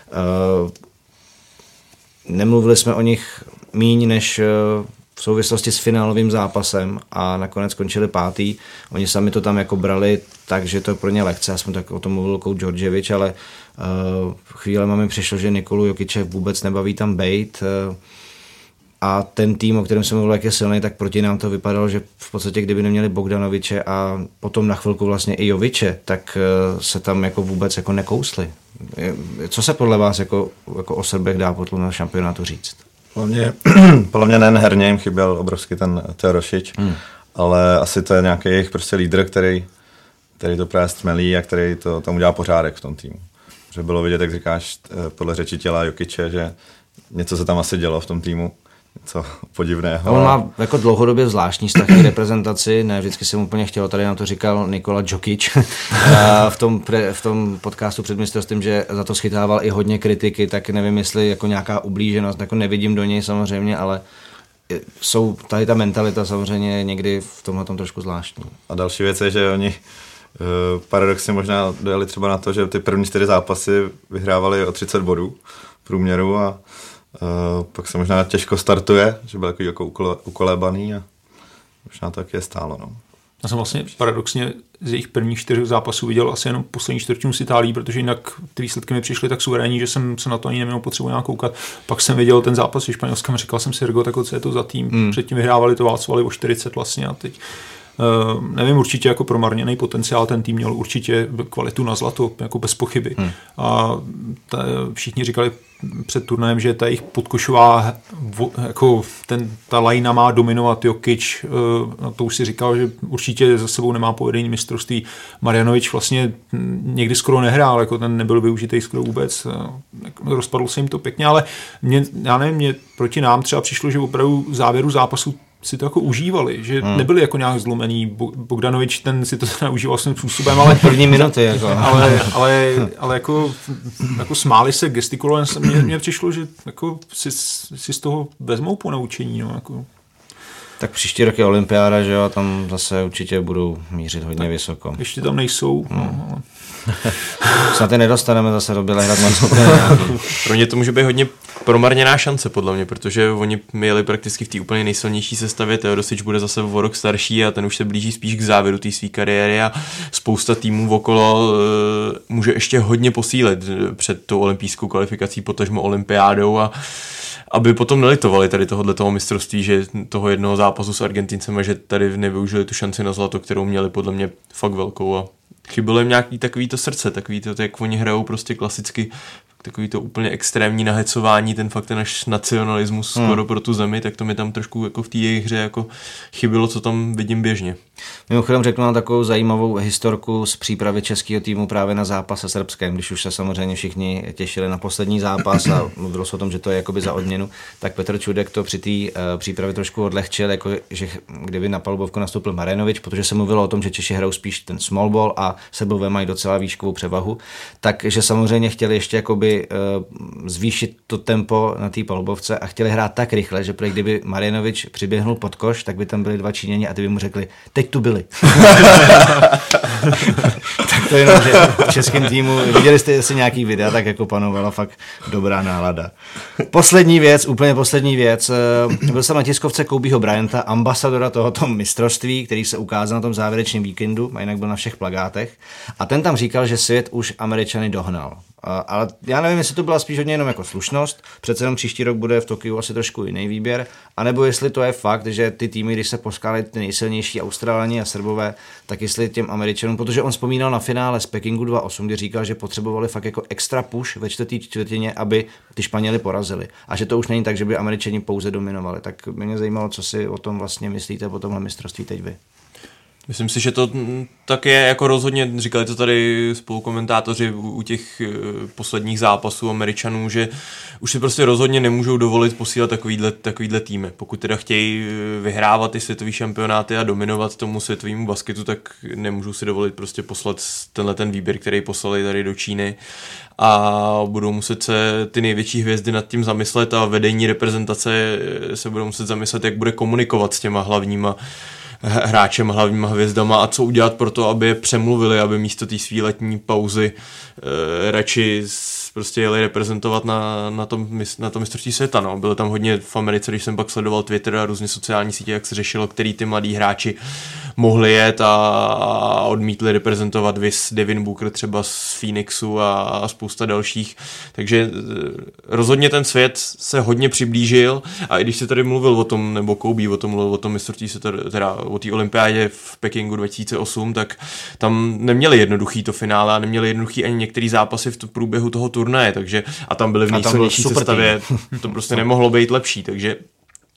nemluvili jsme o nich míň než v souvislosti s finálovým zápasem a nakonec skončili 5. Oni sami to tam jako brali, takže to pro ně lehce, já jsem tak o tom mluvil coach Georgievič, ale chvíle mi přišlo, že Nikolu Jokiče vůbec nebaví tam bejt a ten tým, o kterém jsem mluvil, jak je silný, tak proti nám to vypadalo, že v podstatě kdyby neměli Bogdanoviče a potom na chvilku vlastně i Joviče, tak se tam jako vůbec jako nekousli. Co se podle vás jako o Srbech dá potom na šampionátu říct? Podle mě nejen herně jim chyběl obrovský ten Teodosič, ale asi to je nějaký jejich prostě lídr, který to právě stmelí a který to tam udělá pořádek v tom týmu. že bylo vidět, jak říkáš, podle řeči těla Jokiče, že něco se tam asi dělo v tom týmu. Co podivného. On má jako dlouhodobě zvláštní vztah k reprezentaci, ne vždycky jsem úplně chtěl, tady nám to říkal Nikola Jokic v tom podcastu před mistrovstvím, že za to schytával i hodně kritiky, tak nevím, jestli jako nějaká ublíženost, jako nevidím do něj samozřejmě, ale jsou tady ta mentalita samozřejmě někdy v tomhle tom trošku zvláštní. A další věc je, že oni paradoxně možná dojeli třeba na to, že ty první 4 zápasy vyhrávali o 30 bodů v průměru a pak se možná těžko startuje, že byl jako ukolébaný a možná to taky je stálo. No. Já jsem vlastně paradoxně z jejich prvních 4 zápasů viděl asi jenom poslední čtvrtinu s Itálií, protože jinak ty výsledky mi přišly tak suverénní, že jsem se na to ani neměl potřebu nějak koukat. Pak jsem viděl ten zápas se Španělskem a říkal jsem si, Ergo, tak co je to za tým. Předtím vyhrávali to, válcovali o 40 vlastně a teď nevím, určitě jako promarněný potenciál, ten tým měl určitě kvalitu na zlato, jako bez pochyby. A všichni říkali před turnajem, že ta jejich podkošová, jako ta lajna má dominovat Jokic, to už si říkal, že určitě za sebou nemá povedení mistrovství. Marjanovič vlastně někdy skoro nehrál, jako ten nebyl využitý skoro vůbec, rozpadlo se jim to pěkně, ale mě proti nám třeba přišlo, že opravdu v závěru zápasu si to jako užívali, že nebyli jako nějak zlomený. Bogdanovič ten si to užíval svým způsobem, ale první minuty jako. ale jako smáli se, gestikulovali. Mně přišlo, že jako si z toho vezmou po naučení. No, jako. Tak příští rok je olympiáda, že jo, tam zase určitě budou mířit hodně vysoko. Ještě tam nejsou. No. Snad je nedostaneme zase do Bělehrad. Pro ně to může být hodně promarněná šance, podle mě, protože oni jeli prakticky v té úplně nejsilnější sestavě. Teodosič bude zase o rok starší a ten už se blíží spíš k závěru té své kariéry a spousta týmů okolo může ještě hodně posílit před tou olympijskou kvalifikací, potažmo olympiádou a aby potom nelitovali tady tohoto mistrovství, že toho jednoho zápasu s Argentincema, že tady nevyužili tu šanci na zlato, kterou měli podle mě fakt velkou a chybilo jim nějaký takový to srdce, takový to, jak oni hrajou prostě klasicky, takový to úplně extrémní nahecování, ten fakt ten náš nacionalismus skoro pro tu zemi, tak to mi tam trošku jako v té jejich hře jako chybilo, co tam vidím běžně. Mimochodem řeknu vám takovou zajímavou historku z přípravy českého týmu právě na zápas se Srbskem, když už se samozřejmě všichni těšili na poslední zápas a mluvilo se o tom, že to je jakoby za odměnu, tak Petr Čudek to při té přípravě trošku odlehčil, jako že kdyby na palubovku nastoupil Marjanovič, protože se mluvilo o tom, že Češi hrajou spíš ten small ball a Srbové mají docela výškovou převahu, takže samozřejmě chtěli ještě jakoby zvýšit to tempo na té palubovce a chtěli hrát tak rychle, že kdyby Marjanovič přiběhnul pod koš, tak by tam byli 2 Číňani a ty by mu řekli, teď tu byli. Tak to jenom, že v českém týmu, viděli jste asi nějaký videa, tak jako panovala fakt dobrá nálada. Úplně poslední věc. Byl jsem na tiskovce Kobeho Bryanta, ambasadora tohoto mistrovství, který se ukázal na tom závěrečném víkendu, a jinak byl na všech plakátech. A ten tam říkal, že svět už Američany dohnal. Ale já nevím, jestli to byla spíš hodně jenom jako slušnost, přece jenom příští rok bude v Tokiu asi trošku jiný výběr, anebo jestli to je fakt, že ty týmy, když se poskávají ty nejsilnější Australani a Srbové, tak jestli těm Američanům, protože on vzpomínal na finále z Pekingu 2.8, kdy říkal, že potřebovali fakt jako extra push ve 4. čtvrtině, aby ty Španěli porazili. A že to už není tak, že by Američani pouze dominovali. Tak mě zajímalo, co si o tom vlastně myslíte po tomhle mistrovství teď vy. Myslím si, že to tak je jako rozhodně, říkali to tady spolukomentátoři u těch posledních zápasů Američanů, že už si prostě rozhodně nemůžou dovolit posílat takovýhle týmy. Pokud teda chtějí vyhrávat ty světový šampionáty a dominovat tomu světovému basketu, tak nemůžou si dovolit prostě poslat ten výběr, který poslali tady do Číny a budou muset se ty největší hvězdy nad tím zamyslet a vedení reprezentace se budou muset zamyslet, jak bude komunikovat s těma hlavníma hráčem, hlavníma hvězdama a co udělat pro to, aby je přemluvili, aby místo té svý letní pauzy radši prostě jeli reprezentovat na tom mistrovství světa. No. Bylo tam hodně v Americe, když jsem pak sledoval Twitter a různě sociální sítě, jak se řešilo, který ty mladí hráči mohli jet a odmítli reprezentovat, viz Devin Booker třeba z Phoenixu a spousta dalších. Takže rozhodně ten svět se hodně přiblížil a i když se tady mluvil o tom, nebo Kobe o tom mluvil o tom mistrovství světa, teda o té olympiádě v Pekingu 2008, tak tam neměli jednoduchý to finále a neměli jednoduchý ani některý zápasy v průběhu toho turnaje, takže a tam byli v nejsilnější sestavě, to prostě nemohlo být lepší, takže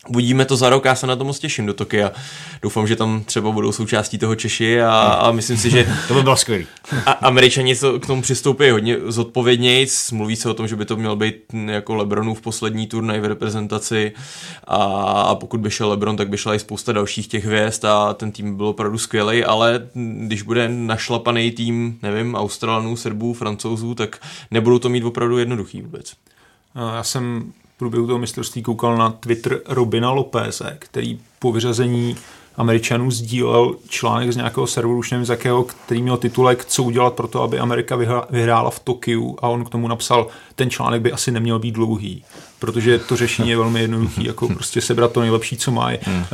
Uvidíme to za rok, já se na to moc těším do Tokia. Doufám, že tam třeba budou součástí toho Češi a myslím si, že to by bylo skvělý. Američani k tomu přistoupí hodně zodpovědnějc. Mluví se o tom, že by to měl být jako LeBronův poslední turnaj v reprezentaci a pokud by šel LeBron, tak by šla i spousta dalších těch hvězd a ten tým byl opravdu skvělý, ale když bude našlapaný tým, nevím, Australanů, Srbů, Francouzů, tak nebudou to mít opravdu jednoduchý vůbec. Já jsem v průběhu toho mistrovství koukal na Twitter Robina Lopeze, který po vyřazení Američanů sdílel článek z nějakého serveru, už nevím z jakého, který měl titulek Co udělat pro to, aby Amerika vyhrála v Tokiu, a on k tomu napsal, ten článek by asi neměl být dlouhý, protože to řešení je velmi jednoduchý, jako prostě sebrat to nejlepší, co má.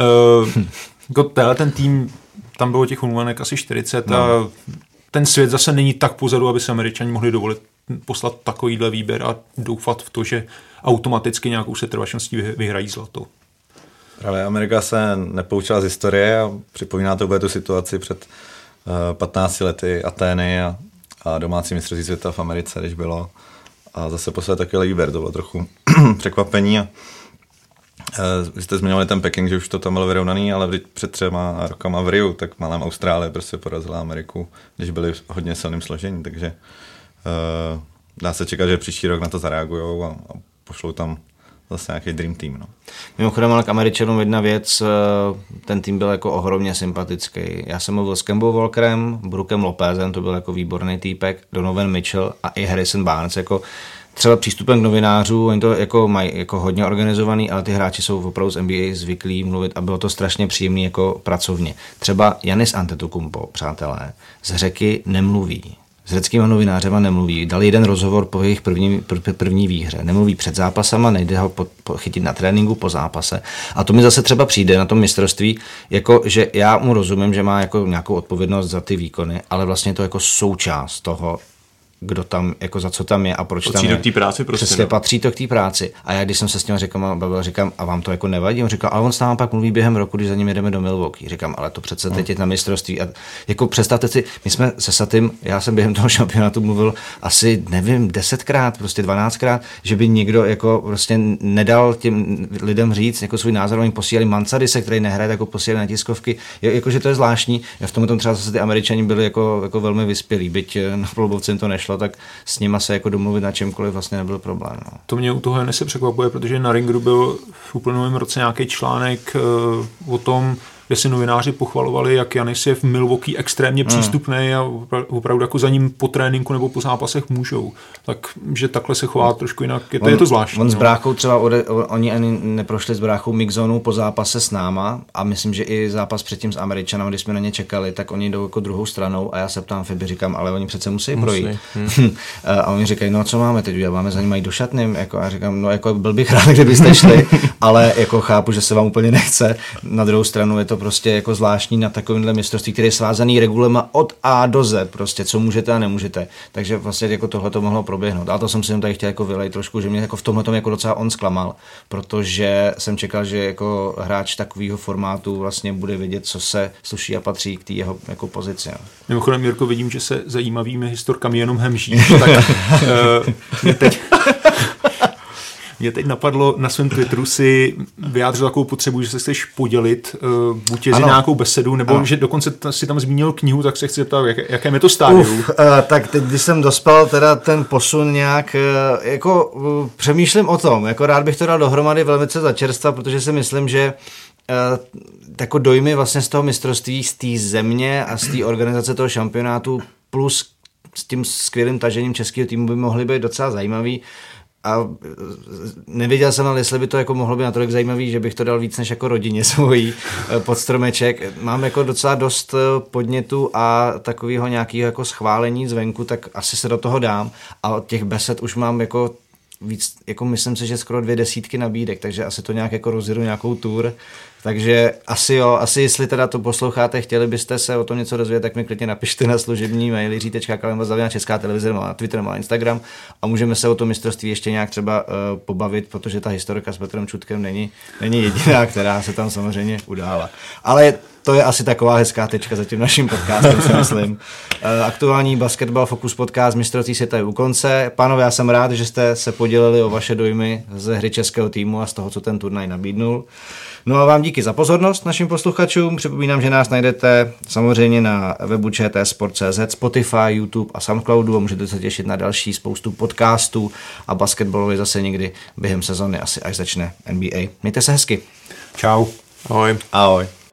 Ten tým, tam bylo těch umluvenek asi 40 a ten svět zase není tak pozadu, aby se Američani mohli dovolit poslat takovýhle výběr a doufat v to, že automaticky nějakou setrvačností vyhrají zlato. Právě Amerika se nepoučila z historie a připomíná to tu situaci před 15 lety Atény a domácí mistrovství světa v Americe, když bylo. A zase poslali takový výběr, to bylo trochu překvapení. Vy jste zmiňovali ten Peking, že už to tam bylo vyrovnaný, ale před 3 rokama v Riu, tak malém Austrálie prostě porazila Ameriku, když byli v hodně silným složení, takže dá se čekat, že příští rok na to zareagujou a pošlou tam zase nějaký dream team. No. Mimochodem, ale k Američanům jedna věc, ten tým byl jako ohromně sympatický. Já jsem mluvil s Kembou Walkerem, Brookem Lopezem, to byl jako výborný týpek, Donovan Mitchell a i Harrison Barnes, jako třeba přístupem k novinářů, oni to jako mají jako hodně organizovaný, ale ty hráči jsou opravdu z NBA zvyklí mluvit a bylo to strašně příjemný jako pracovně. Třeba Giannis Antetokounmpo, přátelé, z Řeky nemluví. S řeckýma novinářema nemluví. Dali jeden rozhovor po jejich první výhře. Nemluví před zápasama, nejde ho chytit na tréninku po zápase. A to mi zase třeba přijde na tom mistrovství, jako že já mu rozumím, že má jako nějakou odpovědnost za ty výkony, ale vlastně to jako součást toho, kdo tam, jako za co tam je a proč patří tam je. Do té práci prostě. Přesně, patří to k té práci. A já, když jsem se s ním říkám, a vám to jako nevadí? On říkal, ale on s námi pak mluví během roku, když za ním jedeme do Milwaukee. Říkám, ale to přece teď je na mistrovství. A jako představte si, my jsme se Satym, já jsem během toho šampionátu mluvil asi, nevím, 10krát, prostě 12krát, že by někdo jako prostě nedal těm lidem říct jako svůj názor, oni posílali Mansadise, který nehraje, jako posílali na tiskovky. Jakože to je zvláštní. V tomhle třeba zase ty Američani byli jako velmi vyspělí, byť na polobovcem to nešlo, tak s nima se jako domluvit na čemkoliv vlastně nebyl problém. No. To mě u toho jen se překvapuje, protože na Ringeru byl v uplynulém roce nějaký článek o tom, kde si novináři pochvalovali, jak Giannis je v Milwaukee extrémně přístupný a opravdu jako za ním po tréninku nebo po zápasech můžou. Takže takhle se chová trošku jinak. Je to zvláštní. On s bráchou třeba, oni ani neprošli s bráchou mixzónu po zápase s náma a myslím, že i zápas předtím s Američanem, když jsme na ně čekali, tak oni jdou jako druhou stranou a já se ptám Fibi, říkám, ale oni přece musí projít. A oni říkají, no a co máme teď, máme za nimi jít do šatny, jako, a říkám, no jako byl bych rád, kdybyste šli, ale jako chápu, že se vám úplně nechce. Na druhou stranu je to prostě jako zvláštní na takovémhle mistrovství, který je svázaný regulema od A do Z, prostě co můžete a nemůžete. Takže vlastně jako tohle to mohlo proběhnout. A to jsem si jenom tady chtěl jako vylejt trošku, že mě jako v tomhletom jako docela on zklamal, protože jsem čekal, že jako hráč takového formátu vlastně bude vědět, co se sluší a patří k té jeho jako pozici. Mimochodem, Jirko, vidím, že se zajímavými historkami jenom hemžíš, tak mě teď napadlo, na svém Twitteru si vyjádřil takovou potřebu, že se chceš podělit buď jezi nějakou besedu, nebo že dokonce si tam zmínil knihu, tak se chci zeptat, jakém je to stádium? Tak teď, když jsem dospěl teda ten posun nějak, jako přemýšlím o tom, jako rád bych to dal dohromady velmi za čerstva, protože si myslím, že jako dojmy vlastně z toho mistrovství, z té země a z té organizace toho šampionátu plus s tím skvělým tažením českého týmu by mohly být docela zajímavý. A nevěděl jsem, ale jestli by to jako mohlo být natolik zajímavý, že bych to dal víc než jako rodině svojí pod stromeček. Mám jako docela dost podnětu a takového nějakého jako schválení zvenku, tak asi se do toho dám. A od těch besed už mám jako víc, jako myslím si, že skoro 2 desítky nabídek, takže asi to nějak jako rozjedu nějakou tour, Takže asi jestli teda to posloucháte, chtěli byste se o tom něco dozvědět, tak mi klidně napište na služební mail jiří.kalemba@Česká televize, na Twitter, na Instagram a můžeme se o tom mistrovství ještě nějak třeba pobavit, protože ta historika s Petrem Čutkem není jediná, která se tam samozřejmě udála. Ale to je asi taková hezká tečka za tím naším podcastem, si myslím. Aktuální Basketball Focus podcast mistrovství světa je u konce. Pánové, já jsem rád, že jste se podělili o vaše dojmy ze hry českého týmu a z toho, co ten turnaj nabídnul. No a vám díky za pozornost našim posluchačům. Připomínám, že nás najdete samozřejmě na webu čtsport.cz, Spotify, YouTube a Soundcloudu a můžete se těšit na další spoustu podcastů a basketbalovi zase někdy během sezony, asi až začne NBA. Mějte se hezky. Čau. Ahoj. Ahoj.